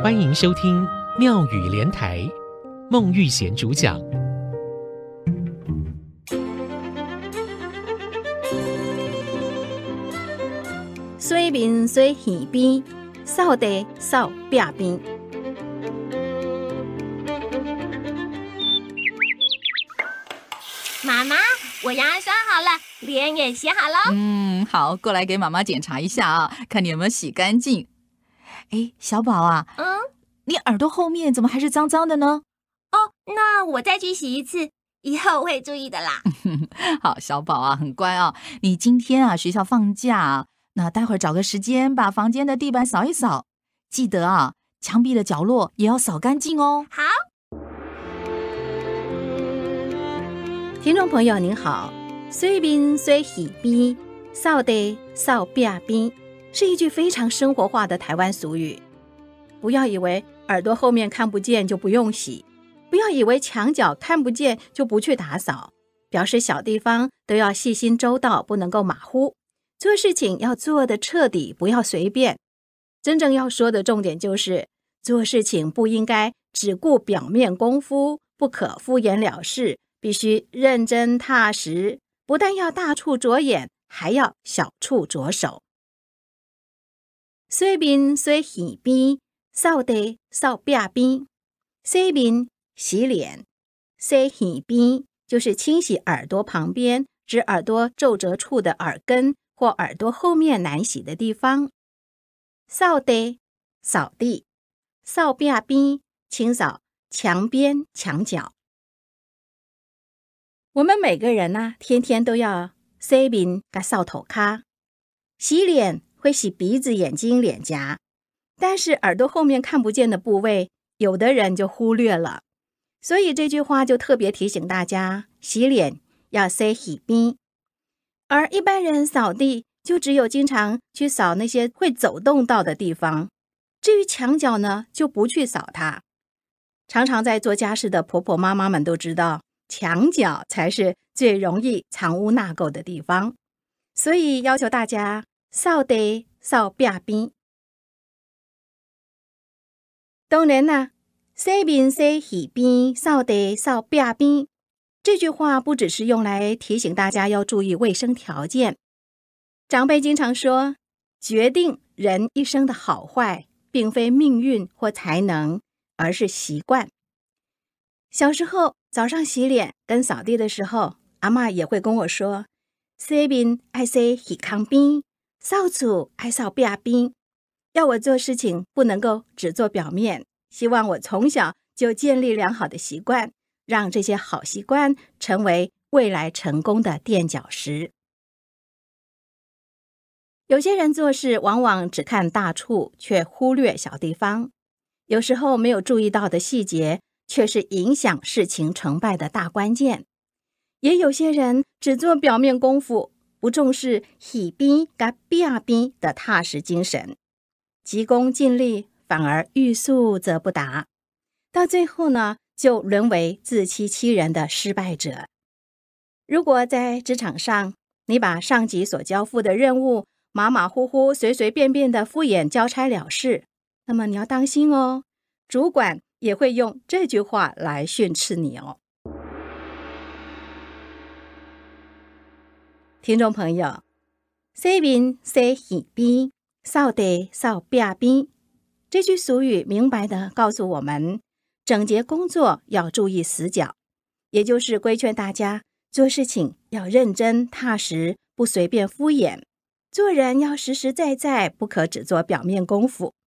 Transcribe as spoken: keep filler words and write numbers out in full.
欢迎收听妙语莲台，孟玉贤主讲。 水面水耳边，扫地扫壁边。 妈妈，我牙刷好了，脸也洗好了。 嗯，好，过来给妈妈检查一下啊，看你有没有洗干净。哎，小宝啊， 嗯， 你耳朵后面怎么还是脏脏的呢？ 哦，那我再去洗一次，以后会注意的啦。 好，小宝啊，很乖啊。你今天啊，学校放假啊，那待会儿找个时间把房间的地板扫一扫，记得啊，墙壁的角落也要扫干净哦。 好。 听众朋友您好，水面水耳边，扫地扫壁边，是一句非常生活化的台湾俗语。不要以为耳朵后面看不见就不用洗，不要以为墙角看不见就不去打扫，表示小地方都要细心周到，不能够马虎，做事情要做得彻底，不要随便。真正要说的重点就是，做事情不应该只顾表面功夫，不可敷衍了事，必须认真踏实，不但要大处着眼，还要小处着手。水面水耳边，扫地扫壁边。水面洗脸，洗耳边就是清洗耳朵旁边，指耳朵皱褶处的耳根或耳朵后面难洗的地方。扫地扫地，扫壁边清扫墙边墙角。我们每个人啊，天天都要洗面跟扫头壳，洗脸会洗鼻子、眼睛、脸颊，但是耳朵后面看不见的部位，有的人就忽略了。所以这句话就特别提醒大家，洗脸要洗耳边，而一般人扫地就只有经常去扫那些会走动到的地方，至于墙角呢，就不去扫它。常常在做家事的婆婆妈妈们都知道，墙角才是最容易藏污纳垢的地方，所以要求大家扫地扫壁边。当然啦，洗面洗耳边，扫地扫壁边，这句话不只是用来提醒大家要注意卫生条件。长辈经常说，决定人一生的好坏，并非命运或才能，而是习惯。小时候早上洗脸跟扫地的时候，阿嬷也会跟我说，洗面爱洗耳康边，扫厝爱扫壁边，要我做事情不能够只做表面，希望我从小就建立良好的习惯，让这些好习惯成为未来成功的垫脚石。有些人做事往往只看大处，却忽略小地方，有时候没有注意到的细节，却是影响事情成败的大关键。也有些人只做表面功夫，不重视耳边跟壁边的踏实精神，急功近利，反而欲速则不达，到最后呢，就沦为自欺欺人的失败者。如果在职场上，你把上级所交付的任务马马虎虎、随随便便的敷衍交差了事，那么你要当心哦，主管也会用这句话来训斥你哦。听众朋友，洗面洗耳边，扫地扫壁边，这句俗语明白地告诉我们，整洁工作要注意死角，也就是规劝大家做事情要认真踏实，不随便敷衍，做人要实实在在，不可只做表面功夫。